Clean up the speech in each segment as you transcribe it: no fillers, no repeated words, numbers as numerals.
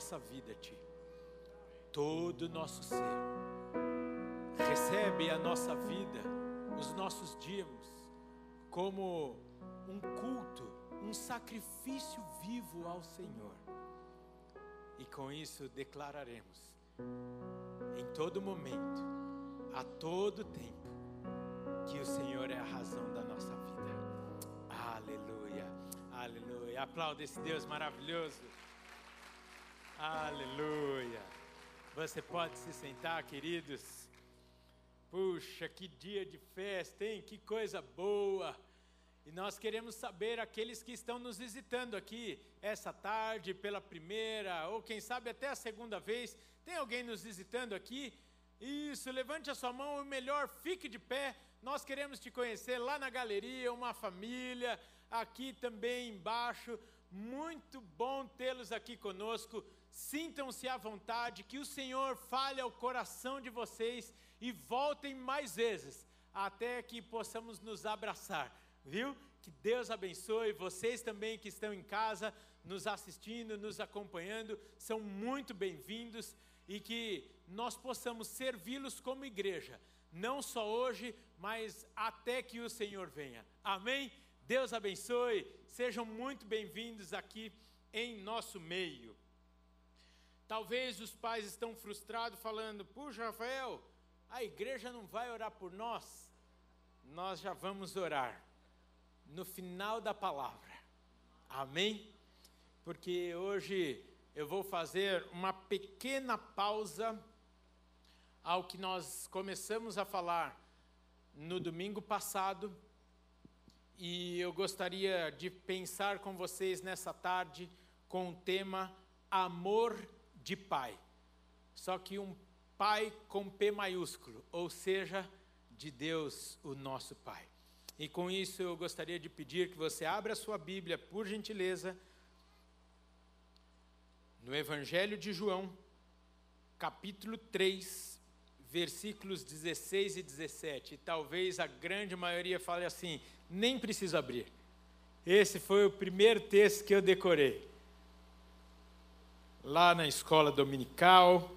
nossa vida a Ti. Todo o nosso ser. Recebe a nossa vida, os nossos dízimos, como um culto, um sacrifício vivo ao Senhor. E com isso declararemos, em todo momento, a todo tempo, que o Senhor é a razão da nossa vida. Aleluia, aleluia. Aplauda esse Deus maravilhoso. Aleluia. Você pode se sentar, queridos. Puxa, que dia de festa, hein? Que coisa boa. E nós queremos saber, aqueles que estão nos visitando aqui essa tarde pela primeira, ou quem sabe até a segunda vez, tem alguém nos visitando aqui? Isso, levante a sua mão, ou melhor, fique de pé. Nós queremos te conhecer lá na galeria, uma família, aqui também embaixo. Muito bom tê-los aqui conosco. Sintam-se à vontade, que o Senhor fale ao coração de vocês e voltem mais vezes, até que possamos nos abraçar. Viu? Que Deus abençoe. Vocês também que estão em casa, nos assistindo, nos acompanhando, são muito bem-vindos, e que nós possamos servi-los como igreja, não só hoje, mas até que o Senhor venha. Amém? Deus abençoe. Sejam muito bem-vindos aqui em nosso meio. Talvez os pais estão frustrados, falando: puxa, Rafael, a igreja não vai orar por nós? Nós já vamos orar no final da palavra. Amém? Porque hoje eu vou fazer uma pequena pausa ao que nós começamos a falar no domingo passado, e eu gostaria de pensar com vocês nessa tarde com o tema Amor de Pai. Só que um Pai com P maiúsculo, ou seja, de Deus, o nosso Pai. E com isso eu gostaria de pedir que você abra a sua Bíblia, por gentileza, no Evangelho de João, capítulo 3, versículos 16 e 17. E talvez a grande maioria fale assim: nem preciso abrir. Esse foi o primeiro texto que eu decorei lá na escola dominical.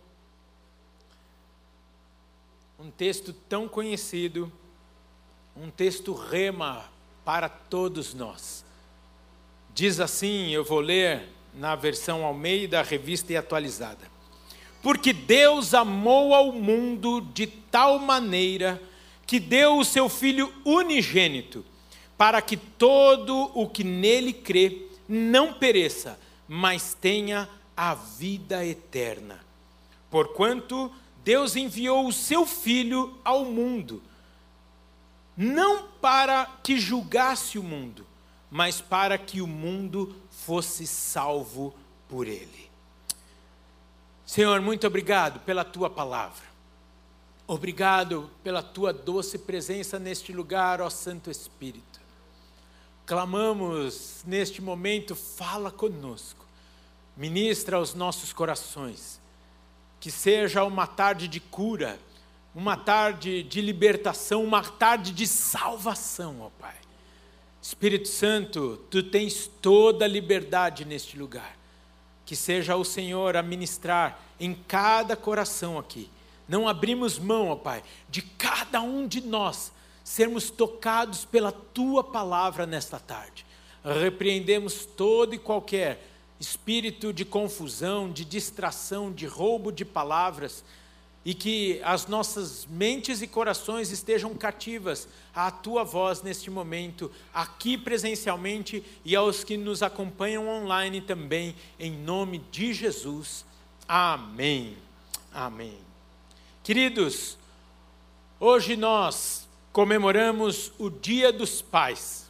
Um texto tão conhecido, um texto rema para todos nós. Diz assim, eu vou ler na versão Almeida, Revista e Atualizada. Porque Deus amou ao mundo de tal maneira que deu o seu Filho unigênito, para que todo o que nele crê não pereça, mas tenha a vida eterna. Porquanto Deus enviou o seu Filho ao mundo, não para que julgasse o mundo, mas para que o mundo fosse salvo por ele. Senhor, muito obrigado pela tua palavra. Obrigado pela tua doce presença neste lugar, ó Santo Espírito. Clamamos neste momento, fala conosco. Ministra aos nossos corações. Que seja uma tarde de cura, uma tarde de libertação, uma tarde de salvação, ó Pai. Espírito Santo, Tu tens toda a liberdade neste lugar. Que seja o Senhor a ministrar em cada coração aqui. Não abrimos mão, ó Pai, de cada um de nós sermos tocados pela Tua palavra nesta tarde. Repreendemos todo e qualquer espírito de confusão, de distração, de roubo de palavras, e que as nossas mentes e corações estejam cativas à Tua voz neste momento, aqui presencialmente e aos que nos acompanham online também, em nome de Jesus. Amém. Amém. Queridos, hoje nós comemoramos o Dia dos Pais.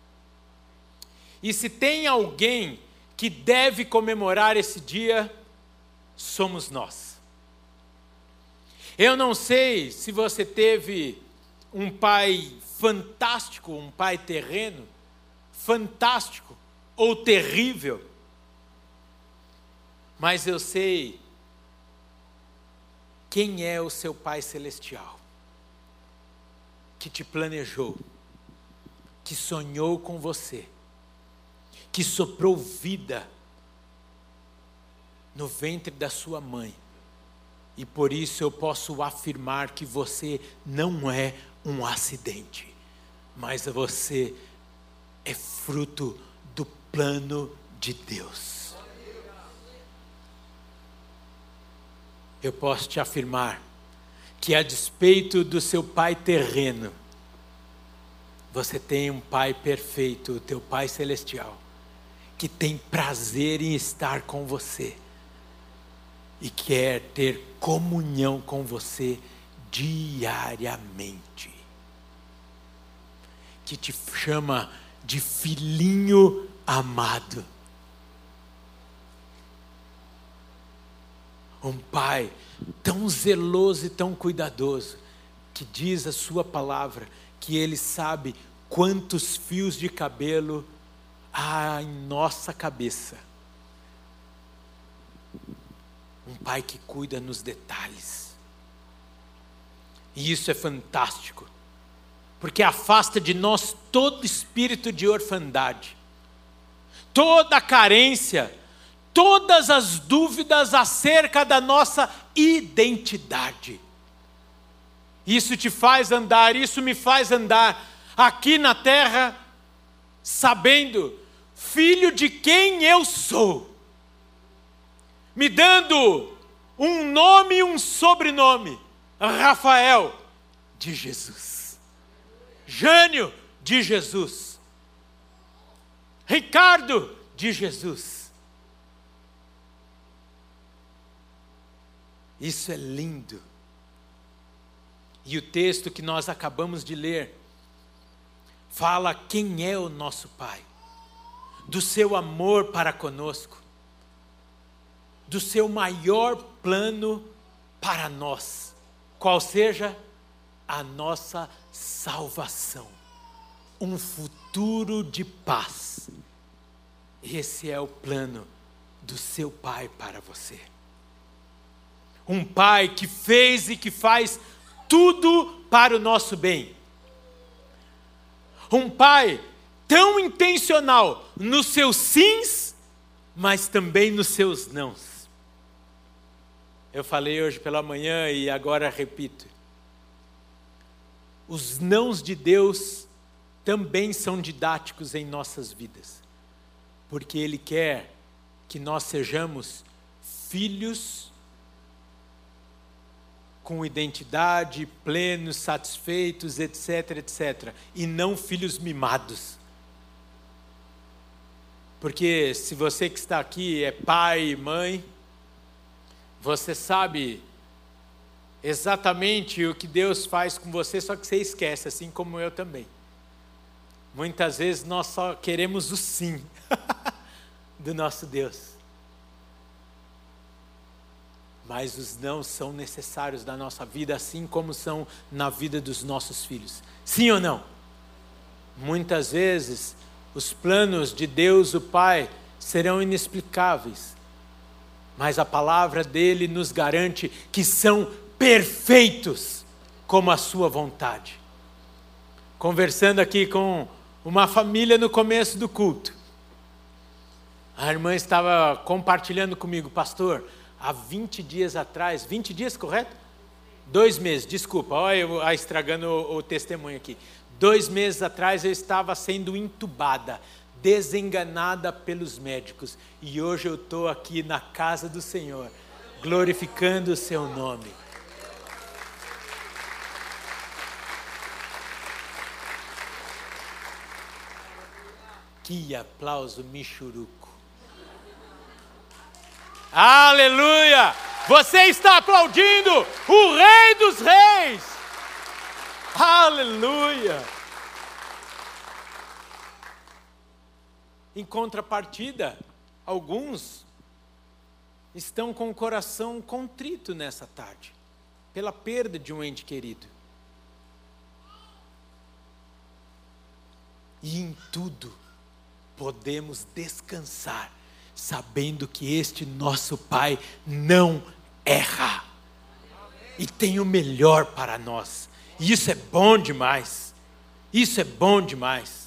E se tem alguém que deve comemorar esse dia, somos nós. Eu não sei se você teve um pai fantástico, um pai terreno, fantástico ou terrível, mas eu sei quem é o seu Pai Celestial, que te planejou, que sonhou com você, que soprou vida no ventre da sua mãe. E por isso eu posso afirmar que você não é um acidente, mas você é fruto do plano de Deus. Eu posso te afirmar que, a despeito do seu pai terreno, você tem um pai perfeito, o teu pai celestial, que tem prazer em estar com você e quer ter comunhão com você diariamente, que te chama de filhinho amado. Um pai tão zeloso e tão cuidadoso, que diz a sua palavra que Ele sabe quantos fios de cabelo há em nossa cabeça. Um pai que cuida nos detalhes. E isso é fantástico, porque afasta de nós todo espírito de orfandade, toda carência, todas as dúvidas acerca da nossa identidade. Isso te faz andar, isso me faz andar aqui na terra, sabendo, filho de quem eu sou, me dando um nome e um sobrenome: Rafael de Jesus, Jânio de Jesus, Ricardo de Jesus. Isso é lindo. E o texto que nós acabamos de ler fala quem é o nosso Pai, do seu amor para conosco, do seu maior plano para nós, qual seja a nossa salvação, um futuro de paz. Esse é o plano do seu Pai para você. Um Pai que fez e que faz tudo para o nosso bem. Um Pai tão intencional nos seus sims, mas também nos seus nãos. Eu falei hoje pela manhã e agora repito. Os nãos de Deus também são didáticos em nossas vidas, porque Ele quer que nós sejamos filhos com identidade, plenos, satisfeitos, etc, etc. E não filhos mimados. Porque se você que está aqui é pai e mãe, você sabe exatamente o que Deus faz com você, só que você esquece, assim como eu também. Muitas vezes nós só queremos o sim do nosso Deus. Mas os não são necessários da nossa vida, assim como são na vida dos nossos filhos. Sim ou não? Muitas vezes, os planos de Deus, o Pai, serão inexplicáveis. Mas a palavra dele nos garante que são perfeitos, como a sua vontade. Conversando aqui com uma família no começo do culto, a irmã estava compartilhando comigo: pastor, há 20 dias atrás, 20 dias, correto? 2 meses, desculpa, olha eu estragando o testemunho aqui. 2 meses atrás eu estava sendo entubada, desenganada pelos médicos. E hoje eu estou aqui na casa do Senhor, glorificando o seu nome. Que aplauso michuruco. Aleluia! Você está aplaudindo o Rei dos Reis. Aleluia! Em contrapartida, alguns estão com o coração contrito nessa tarde, pela perda de um ente querido. E em tudo podemos descansar, sabendo que este nosso Pai não erra. E tem o melhor para nós. E isso é bom demais. Isso é bom demais.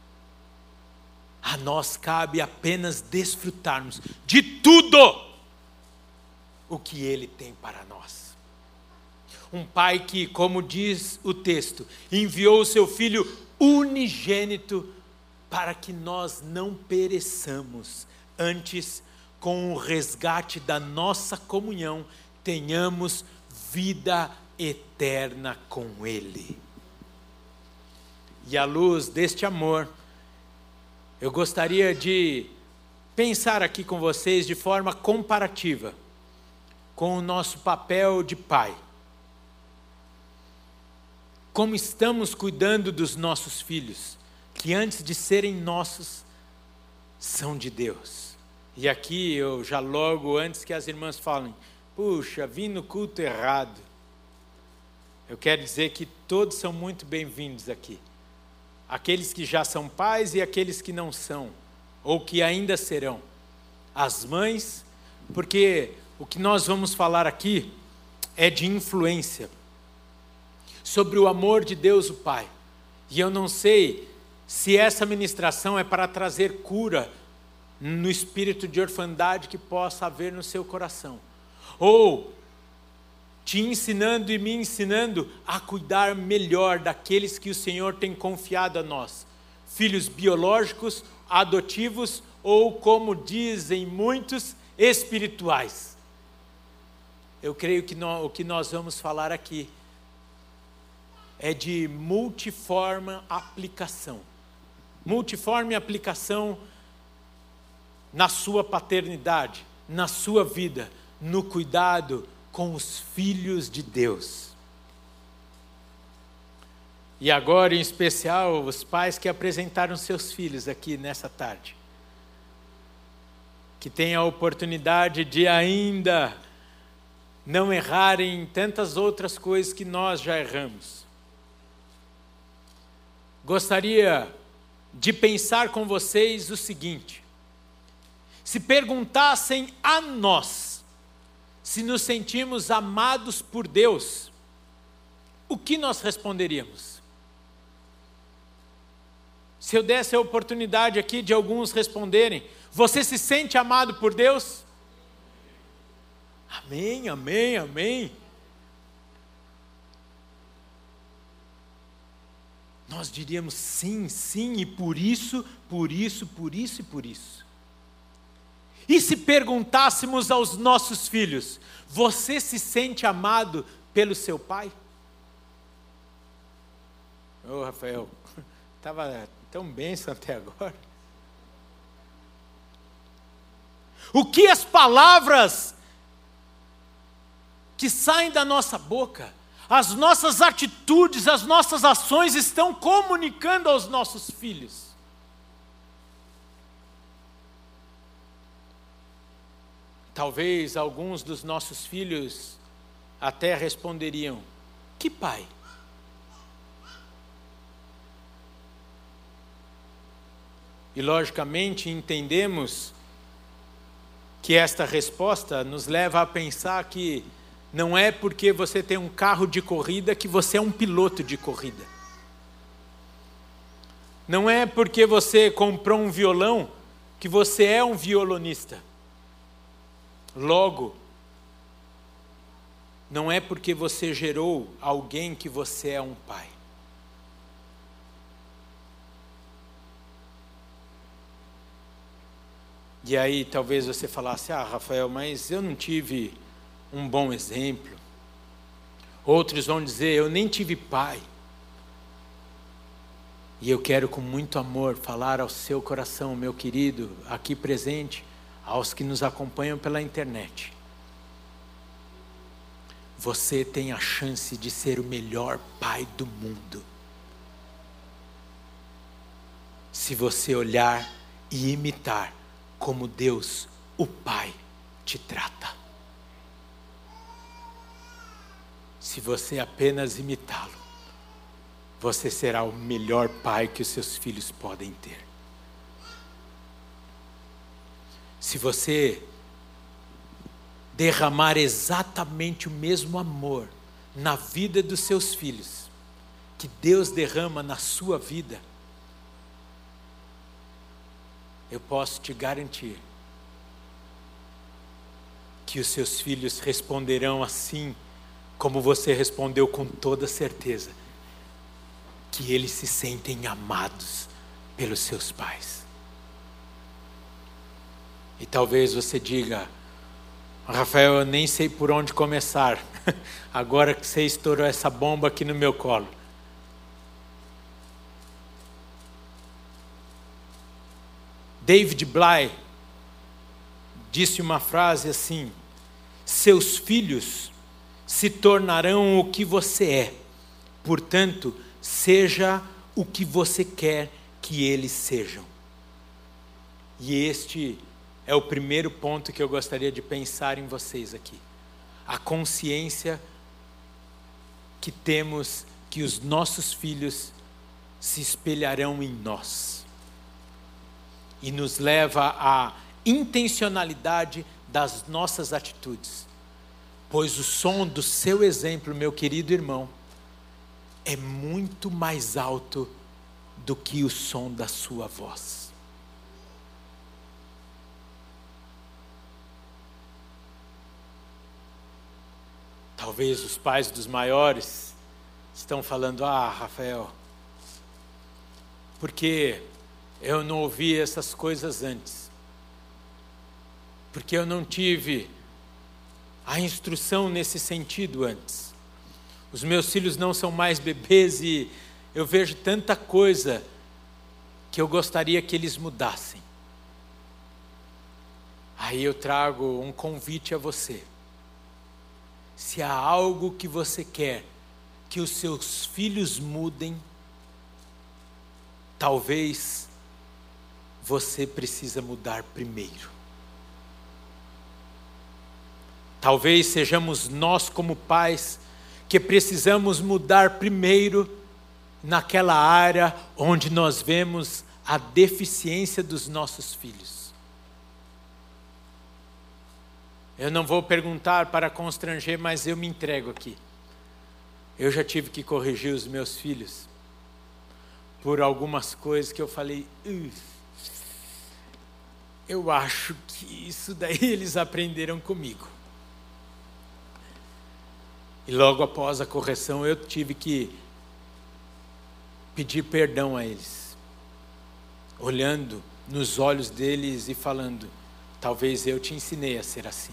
A nós cabe apenas desfrutarmos de tudo o que Ele tem para nós. Um Pai que, como diz o texto, enviou o seu Filho unigênito para que nós não pereçamos, antes, com o resgate da nossa comunhão, tenhamos vida eterna com Ele. E à luz deste amor, eu gostaria de pensar aqui com vocês de forma comparativa com o nosso papel de pai. Como estamos cuidando dos nossos filhos, que antes de serem nossos, são de Deus. E aqui eu já logo, antes que as irmãs falem, puxa, vim no culto errado. Eu quero dizer que todos são muito bem-vindos aqui. Aqueles que já são pais e aqueles que não são, ou que ainda serão. As mães, porque o que nós vamos falar aqui é de influência, sobre o amor de Deus o Pai. E eu não sei se essa ministração é para trazer cura no espírito de orfandade que possa haver no seu coração, ou te ensinando e me ensinando a cuidar melhor daqueles que o Senhor tem confiado a nós, filhos biológicos, adotivos, ou como dizem muitos, espirituais. Eu creio que o que nós vamos falar aqui é de multiforme aplicação na sua paternidade, na sua vida, no cuidado com os filhos de Deus. E agora, em especial, os pais que apresentaram seus filhos aqui nessa tarde, que têm a oportunidade de ainda não errarem em tantas outras coisas que nós já erramos. Gostaria de pensar com vocês o seguinte: se perguntassem a nós se nos sentimos amados por Deus, o que nós responderíamos? Se eu desse a oportunidade aqui de alguns responderem, você se sente amado por Deus? Amém, amém, amém. Nós diríamos sim, sim, e por isso, por isso, por isso e por isso. E se perguntássemos aos nossos filhos, você se sente amado pelo seu pai? Ô Rafael, estava tão bênção até agora. O que as palavras que saem da nossa boca, as nossas atitudes, as nossas ações estão comunicando aos nossos filhos? Talvez alguns dos nossos filhos até responderiam: que pai? E logicamente entendemos que esta resposta nos leva a pensar que não é porque você tem um carro de corrida que você é um piloto de corrida. Não é porque você comprou um violão que você é um violonista. Logo, não é porque você gerou alguém que você é um pai. E aí talvez você falasse: ah, Rafael, mas eu não tive um bom exemplo. Outros vão dizer: eu nem tive pai. E eu quero com muito amor falar ao seu coração, meu querido, aqui presente, aos que nos acompanham pela internet. Você tem a chance de ser o melhor pai do mundo, se você olhar e imitar como Deus, o Pai, te trata. Se você apenas imitá-lo, você será o melhor pai que os seus filhos podem ter. Se você derramar exatamente o mesmo amor na vida dos seus filhos que Deus derrama na sua vida, eu posso te garantir que que os seus filhos responderão assim, como você respondeu com toda certeza, que eles se sentem amados pelos seus pais. E talvez você diga: Rafael, eu nem sei por onde começar, agora que você estourou essa bomba aqui no meu colo. David Bly disse uma frase assim: seus filhos se tornarão o que você é, portanto, seja o que você quer que eles sejam. E este é o primeiro ponto que eu gostaria de pensar em vocês aqui. A consciência que temos que os nossos filhos se espelharão em nós. E nos leva à intencionalidade das nossas atitudes. Pois o som do seu exemplo, meu querido irmão, é muito mais alto do que o som da sua voz. Talvez os pais dos maiores estão falando: ah, Rafael, porque eu não ouvi essas coisas antes? Porque eu não tive a instrução nesse sentido antes? Os meus filhos não são mais bebês e eu vejo tanta coisa que eu gostaria que eles mudassem. Aí eu trago um convite a você. Se há algo que você quer que os seus filhos mudem, talvez você precisa mudar primeiro. Talvez sejamos nós como pais que precisamos mudar primeiro naquela área onde nós vemos a deficiência dos nossos filhos. Eu não vou perguntar para constranger, mas eu me entrego aqui. Eu já tive que corrigir os meus filhos por algumas coisas que eu falei: eu acho que isso daí eles aprenderam comigo. E logo após a correção eu tive que pedir perdão a eles, olhando nos olhos deles e falando: talvez eu te ensinei a ser assim.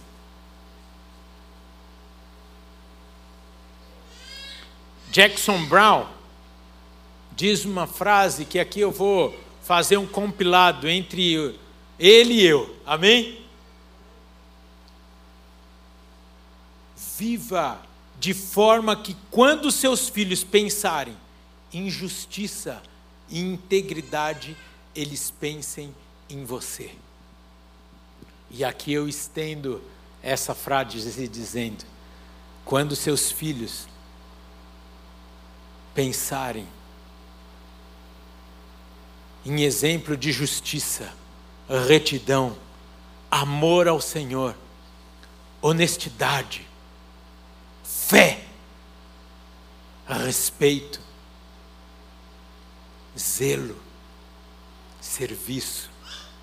Jackson Brown diz uma frase que aqui eu vou fazer um compilado entre ele e eu, amém? Viva de forma que quando seus filhos pensarem em justiça e integridade, eles pensem em você. E aqui eu estendo essa frase dizendo: quando seus filhos pensarem em exemplo de justiça, retidão, amor ao Senhor, honestidade, fé, respeito, zelo, serviço,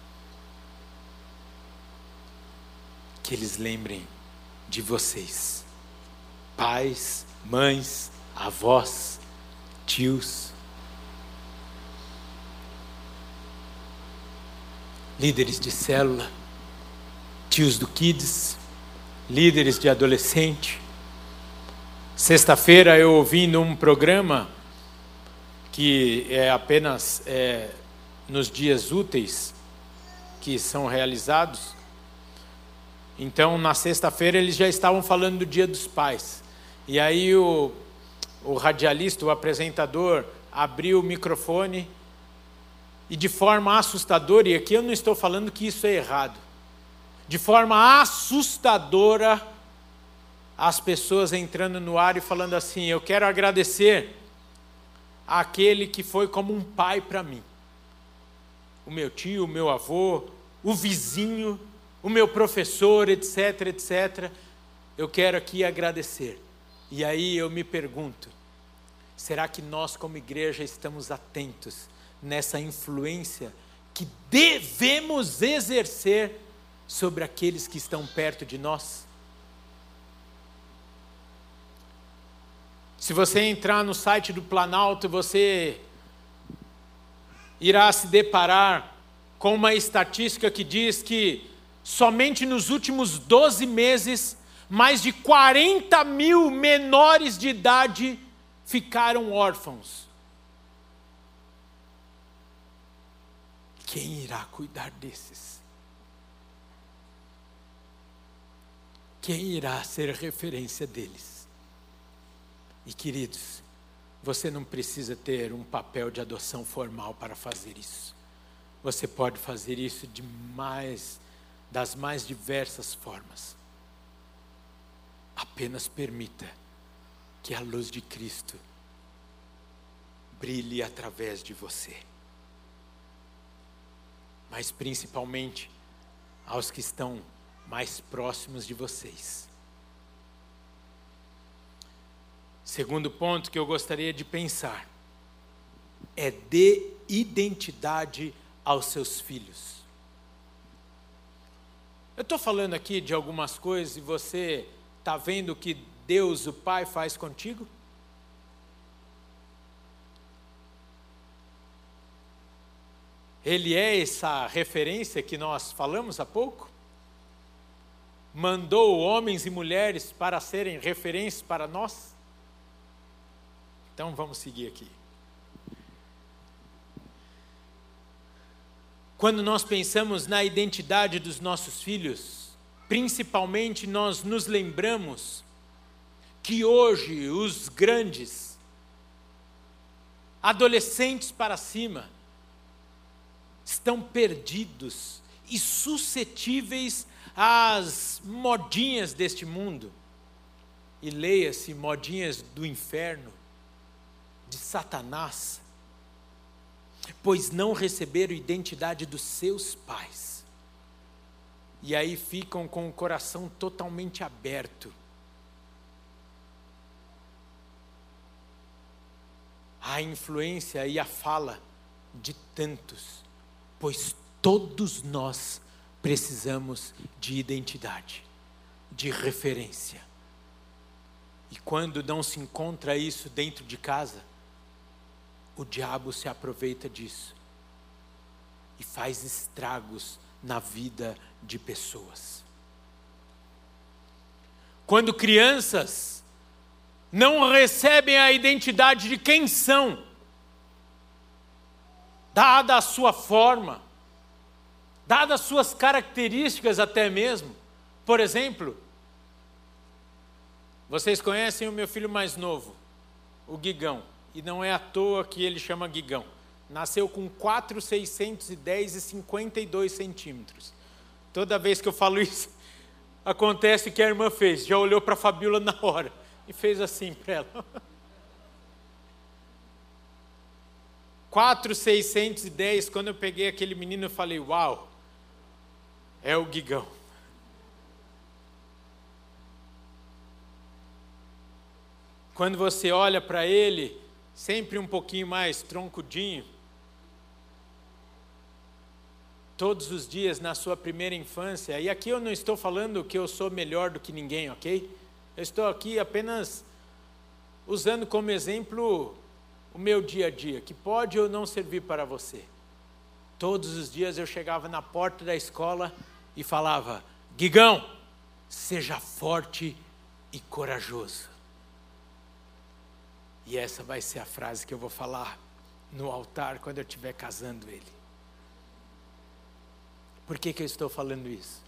que eles lembrem de vocês, pais, mães, avós, tios, líderes de célula, tios do Kids, líderes de adolescente. Sexta-feira eu ouvi num programa que é apenas nos dias úteis que são realizados. Então, na sexta-feira eles já estavam falando do Dia dos Pais. E aí o radialista, o apresentador, abriu o microfone e de forma assustadora, e aqui eu não estou falando que isso é errado, de forma assustadora, as pessoas entrando no ar e falando assim: eu quero agradecer àquele que foi como um pai para mim. O meu tio, o meu avô, o vizinho, o meu professor, etc, etc. Eu quero aqui agradecer. E aí eu me pergunto, será que nós como igreja estamos atentos nessa influência que devemos exercer sobre aqueles que estão perto de nós? Se você entrar no site do Planalto, você irá se deparar com uma estatística que diz que somente nos últimos 12 meses, mais de 40 mil menores de idade ficaram órfãos. Quem irá cuidar desses? Quem irá ser referência deles? E queridos, você não precisa ter um papel de adoção formal para fazer isso. Você pode fazer isso das mais diversas formas. Apenas permita que a luz de Cristo brilhe através de você. Mas principalmente aos que estão mais próximos de vocês. Segundo ponto que eu gostaria de pensar é dê identidade aos seus filhos. Eu estou falando aqui de algumas coisas e você está vendo o que Deus, o Pai, faz contigo? Ele é essa referência que nós falamos há pouco? Mandou homens e mulheres para serem referências para nós? Então vamos seguir aqui. Quando nós pensamos na identidade dos nossos filhos, principalmente nós nos lembramos que hoje os grandes, adolescentes para cima, estão perdidos e suscetíveis às modinhas deste mundo. E leia-se modinhas do inferno, de Satanás, pois não receberam identidade dos seus pais. E aí ficam com o coração totalmente aberto. A influência e a fala de tantos, pois todos nós precisamos de identidade, de referência. E quando não se encontra isso dentro de casa, o diabo se aproveita disso e faz estragos na vida de pessoas. Quando crianças não recebem a identidade de quem são, dada a sua forma, dada as suas características até mesmo. Por exemplo, vocês conhecem o meu filho mais novo, o Guigão. E não é à toa que ele chama Guigão. Nasceu com 4,610 e 52 centímetros. Toda vez que eu falo isso, acontece que a irmã fez. Já olhou para a Fabiola na hora e fez assim para ela. 4,610, quando eu peguei aquele menino, eu falei, uau, é o Guigão. Quando você olha para ele, sempre um pouquinho mais troncudinho, todos os dias na sua primeira infância, e aqui eu não estou falando que eu sou melhor do que ninguém, ok? Eu estou aqui apenas usando como exemplo o meu dia a dia, que pode ou não servir para você. Todos os dias eu chegava na porta da escola e falava, Guigão, seja forte e corajoso. E essa vai ser a frase que eu vou falar no altar quando eu estiver casando ele. Por que eu estou falando isso?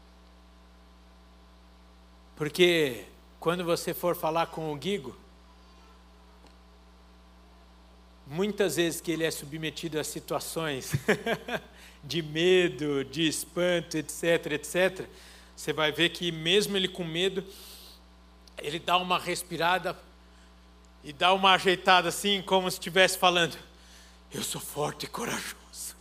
Porque quando você for falar com o Guigo, muitas vezes que ele é submetido a situações de medo, de espanto, etc, etc, você vai ver que mesmo ele com medo, ele dá uma respirada e dá uma ajeitada assim, como se estivesse falando, eu sou forte e corajoso.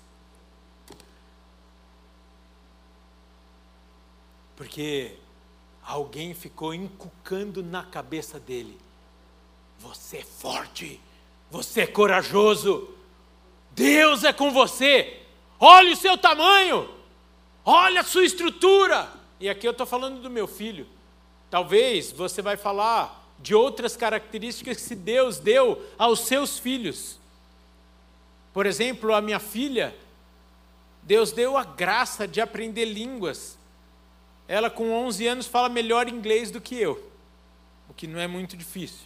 Porque alguém ficou encucando na cabeça dele, você é forte, você é corajoso, Deus é com você, olha o seu tamanho, olha a sua estrutura. E aqui eu estou falando do meu filho. Talvez você vai falar de outras características que Deus deu aos seus filhos. Por exemplo, a minha filha, Deus deu a graça de aprender línguas. Ela com 11 anos fala melhor inglês do que eu, o que não é muito difícil.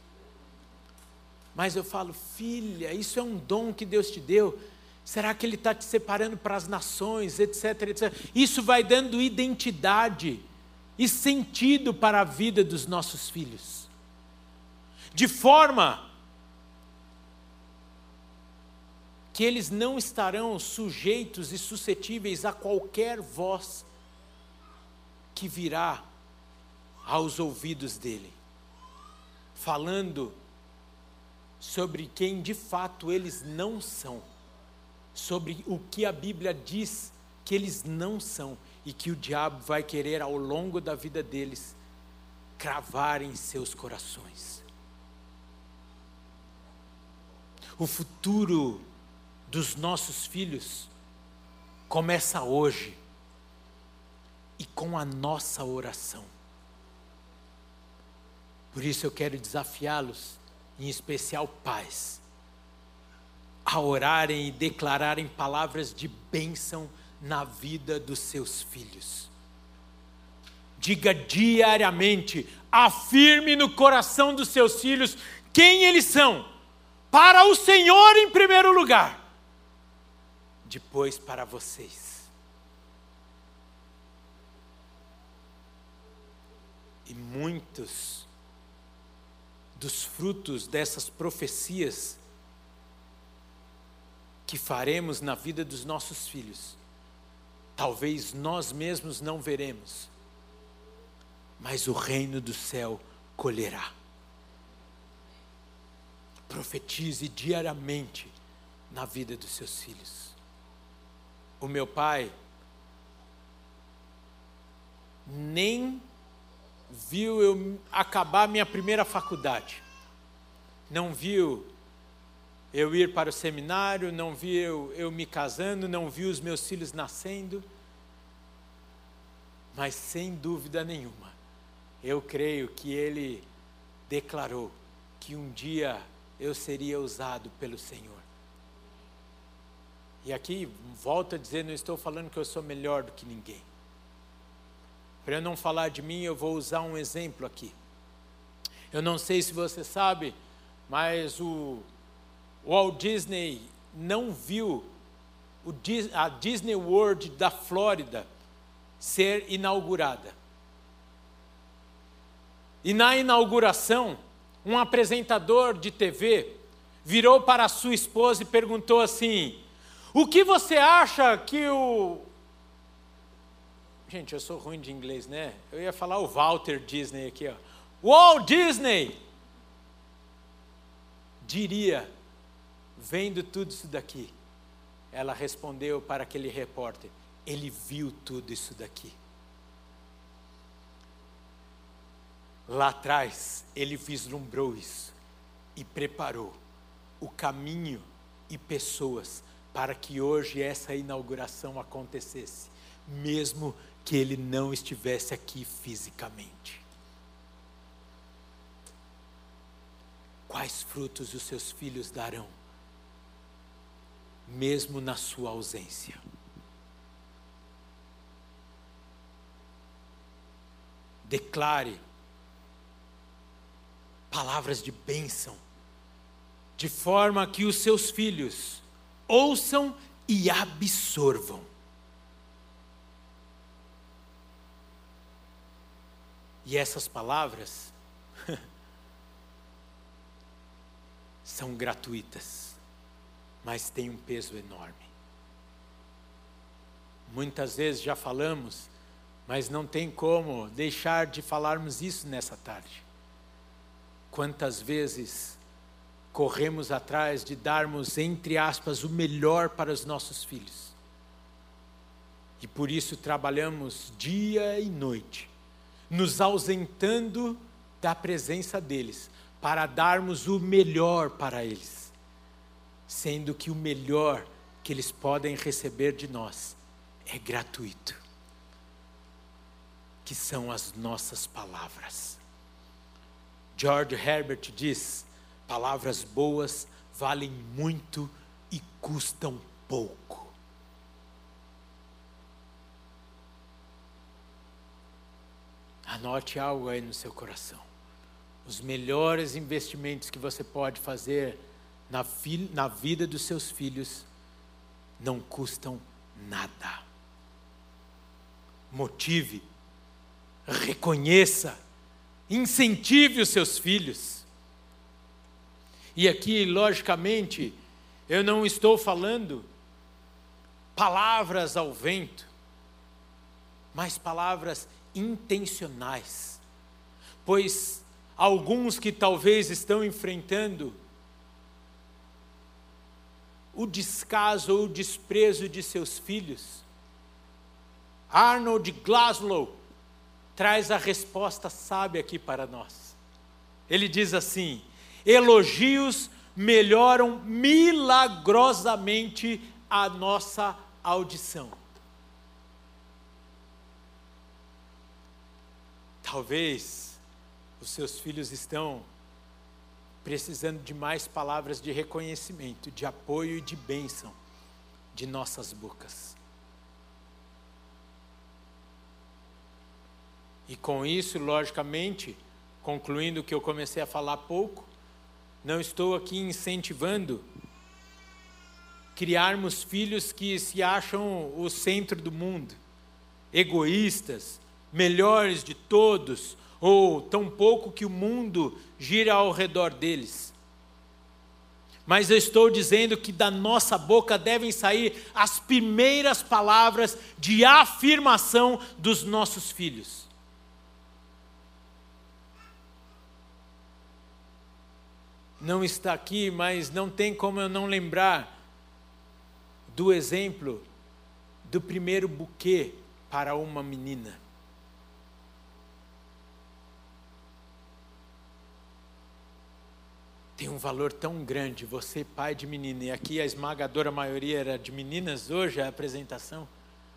Mas eu falo, filha, isso é um dom que Deus te deu. Será que Ele está te separando para as nações, etc, etc. Isso vai dando identidade e sentido para a vida dos nossos filhos. De forma que eles não estarão sujeitos e suscetíveis a qualquer voz que virá aos ouvidos dele, falando sobre quem de fato eles não são, sobre o que a Bíblia diz que eles não são, e que o diabo vai querer ao longo da vida deles cravar em seus corações. O futuro dos nossos filhos começa hoje e com a nossa oração. Por isso eu quero desafiá-los, em especial pais, a orarem e declararem palavras de bênção na vida dos seus filhos. Diga diariamente, afirme no coração dos seus filhos quem eles são, para o Senhor em primeiro lugar, depois para vocês. E muitos dos frutos dessas profecias que faremos na vida dos nossos filhos, talvez nós mesmos não veremos, mas o reino do céu colherá. Profetize diariamente na vida dos seus filhos. O meu pai nem viu eu acabar minha primeira faculdade, não viu eu ir para o seminário, não viu eu me casando, não viu os meus filhos nascendo, mas sem dúvida nenhuma, eu creio que ele declarou que um dia eu seria usado pelo Senhor. E aqui, volto a dizer, não estou falando que eu sou melhor do que ninguém. Para eu não falar de mim, eu vou usar um exemplo aqui. Eu não sei se você sabe, mas o Walt Disney não viu a Disney World da Flórida ser inaugurada. E na inauguração, um apresentador de TV virou para a sua esposa e perguntou assim: o que você acha que o... Gente, eu sou ruim de inglês, né? Eu ia falar o Walter Disney aqui, ó. Walt Disney diria, vendo tudo isso daqui. Ela respondeu para aquele repórter: ele viu tudo isso daqui. Lá atrás, ele vislumbrou isso e preparou o caminho e pessoas para que hoje essa inauguração acontecesse, mesmo que ele não estivesse aqui fisicamente. Quais frutos os seus filhos darão, mesmo na sua ausência? Declare palavras de bênção, de forma que os seus filhos ouçam e absorvam. E essas palavras são gratuitas, mas têm um peso enorme. Muitas vezes já falamos, mas não tem como deixar de falarmos isso nessa tarde. Quantas vezes corremos atrás de darmos, entre aspas, o melhor para os nossos filhos. E por isso trabalhamos dia e noite, nos ausentando da presença deles, para darmos o melhor para eles, sendo que o melhor que eles podem receber de nós é gratuito, que são as nossas palavras. George Herbert diz: palavras boas valem muito e custam pouco. Anote algo aí no seu coração. Os melhores investimentos que você pode fazer na vida dos seus filhos não custam nada. Motive, reconheça, incentive os seus filhos. E aqui, logicamente, eu não estou falando palavras ao vento, mas palavras intencionais. Pois alguns que talvez estão enfrentando o descaso ou o desprezo de seus filhos, Arnold Glasgow traz a resposta sábia aqui para nós. Ele diz assim: elogios melhoram milagrosamente a nossa audição. Talvez os seus filhos estão precisando de mais palavras de reconhecimento, de apoio e de bênção de nossas bocas. E com isso, logicamente, concluindo o que eu comecei a falar há pouco, não estou aqui incentivando criarmos filhos que se acham o centro do mundo, egoístas, melhores de todos, ou tão pouco que o mundo gira ao redor deles. Mas eu estou dizendo que da nossa boca devem sair as primeiras palavras de afirmação dos nossos filhos. Não está aqui, mas não tem como eu não lembrar do exemplo do primeiro buquê para uma menina. Tem um valor tão grande, você pai de menina, e aqui a esmagadora maioria era de meninas hoje, a apresentação.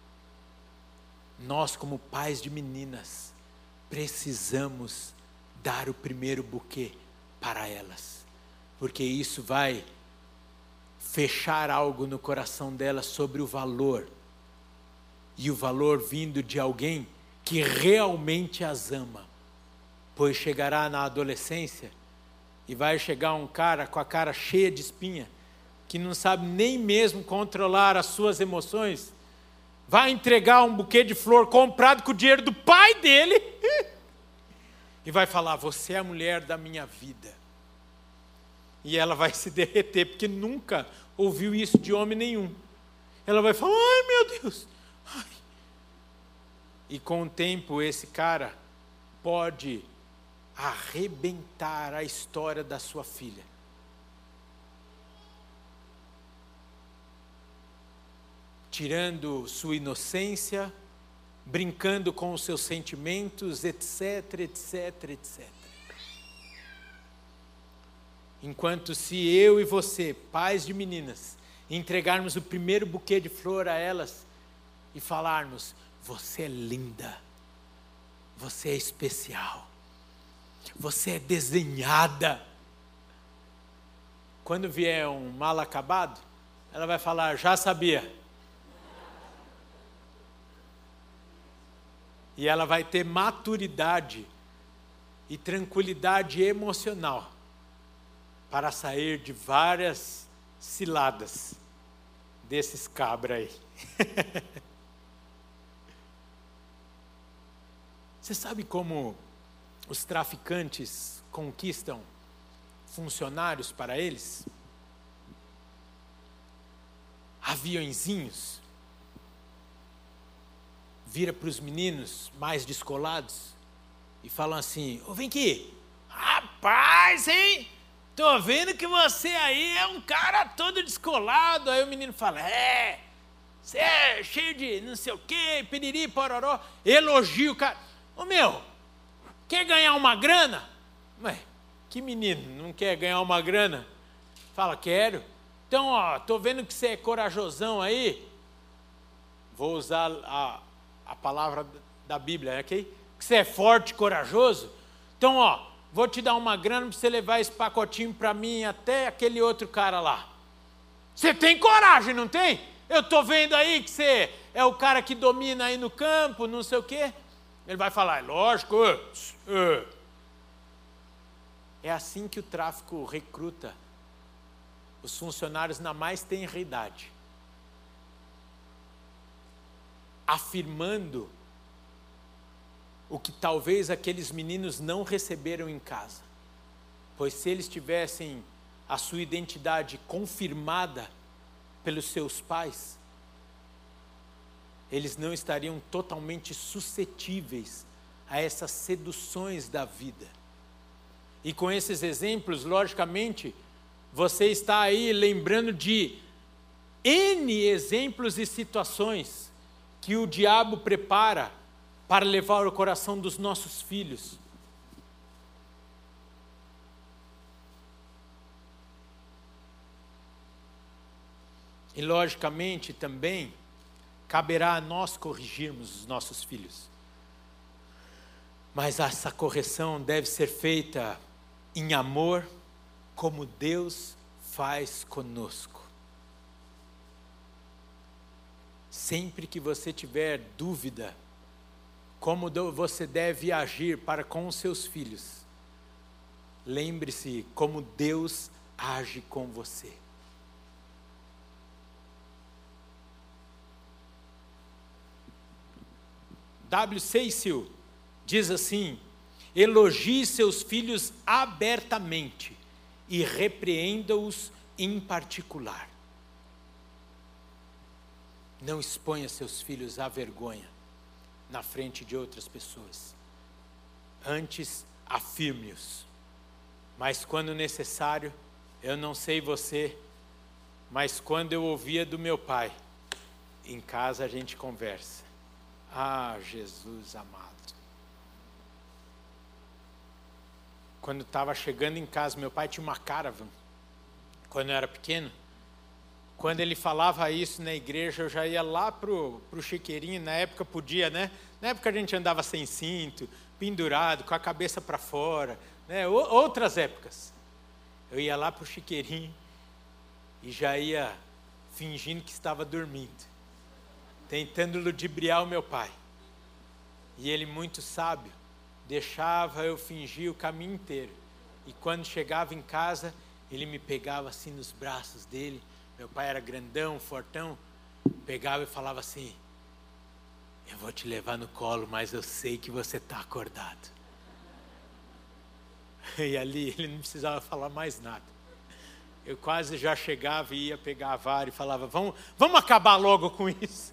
Nós como pais de meninas, precisamos dar o primeiro buquê para elas, porque isso vai fechar algo no coração delas sobre o valor, e o valor vindo de alguém que realmente as ama, pois chegará na adolescência, e vai chegar um cara com a cara cheia de espinha, que não sabe nem mesmo controlar as suas emoções, vai entregar um buquê de flor comprado com o dinheiro do pai dele, e vai falar: você é a mulher da minha vida. E ela vai se derreter, porque nunca ouviu isso de homem nenhum. Ela vai falar: ai meu Deus. Ai. E com o tempo esse cara pode arrebentar a história da sua filha. Tirando sua inocência, brincando com os seus sentimentos, etc, etc, etc. Enquanto se eu e você, pais de meninas, entregarmos o primeiro buquê de flor a elas e falarmos: você é linda, você é especial, você é desenhada. Quando vier um mal acabado, ela vai falar: já sabia. E ela vai ter maturidade e tranquilidade emocional para sair de várias ciladas desses cabras aí. Você sabe como os traficantes conquistam funcionários para eles? Aviõezinhos. Vira para os meninos mais descolados e falam assim: ô, vem aqui, rapaz, hein? Tô vendo que você aí é um cara todo descolado. Aí o menino fala: é, você é cheio de não sei o quê, piriri, pororó. Elogia o cara. Ô meu, quer ganhar uma grana? Ué, que menino não quer ganhar uma grana? Fala: quero. Então, ó, tô vendo que você é corajosão aí. Vou usar a palavra da Bíblia, ok? Que você é forte e corajoso. Então, ó, vou te dar uma grana para você levar esse pacotinho para mim até aquele outro cara lá. Você tem coragem, não tem? Eu estou vendo aí que você é o cara que domina aí no campo, não sei o quê. Ele vai falar, lógico. É assim que o tráfico recruta os funcionários na mais tenra idade, afirmando o que talvez aqueles meninos não receberam em casa. Pois se eles tivessem a sua identidade confirmada pelos seus pais, eles não estariam totalmente suscetíveis a essas seduções da vida. E com esses exemplos, logicamente, você está aí lembrando de N exemplos e situações que o diabo prepara para levar o coração dos nossos filhos. E logicamente também caberá a nós corrigirmos os nossos filhos. Mas essa correção deve ser feita em amor, como Deus faz conosco. Sempre que você tiver dúvida como você deve agir para com os seus filhos, lembre-se como Deus age com você. W. Cecil diz assim: elogie seus filhos abertamente e repreenda-os em particular. Não exponha seus filhos à vergonha na frente de outras pessoas. Antes, afirme-os. Mas quando necessário, eu não sei você, mas quando eu ouvia do meu pai, em casa a gente conversa. Ah, Jesus amado. Quando estava chegando em casa, meu pai tinha uma caravan, quando eu era pequeno. Quando ele falava isso na igreja, eu já ia lá pro chiqueirinho. Na época podia, né? Na época a gente andava sem cinto, pendurado, com a cabeça para fora, né? Outras épocas. Eu ia lá pro chiqueirinho e já ia fingindo que estava dormindo, tentando ludibriar o meu pai. E ele, muito sábio, deixava eu fingir o caminho inteiro. E quando chegava em casa, ele me pegava assim nos braços dele. Meu pai era grandão, fortão. Pegava e falava assim: eu vou te levar no colo, mas eu sei que você está acordado. E ali ele não precisava falar mais nada. Eu quase já chegava e ia pegar a vara e falava: vamos acabar logo com isso.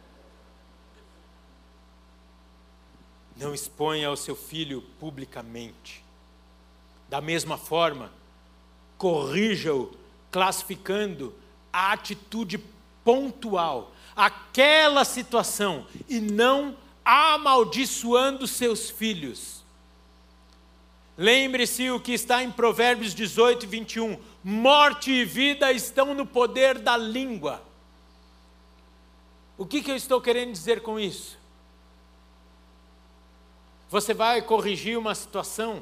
Não exponha o seu filho publicamente. Da mesma forma, corrija-o classificando a atitude pontual, aquela situação, e não amaldiçoando seus filhos. Lembre-se o que está em Provérbios 18, 21. Morte e vida estão no poder da língua. O que eu estou querendo dizer com isso? Você vai corrigir uma situação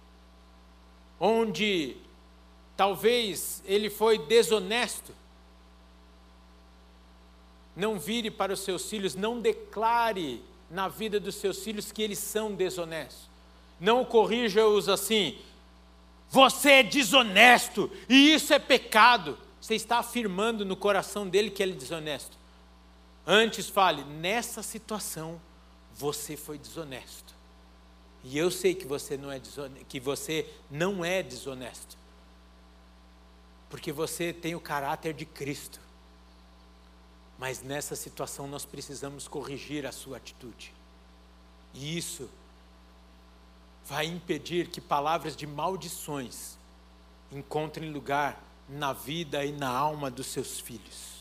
onde talvez ele foi desonesto. Não vire para os seus filhos, não declare na vida dos seus filhos que eles são desonestos. Não corrija-os assim: você é desonesto e isso é pecado. Você está afirmando no coração dele que ele é desonesto. Antes fale: nessa situação você foi desonesto. E eu sei que você não é desonesto. Porque você tem o caráter de Cristo. Mas nessa situação nós precisamos corrigir a sua atitude. E isso vai impedir que palavras de maldições encontrem lugar na vida e na alma dos seus filhos.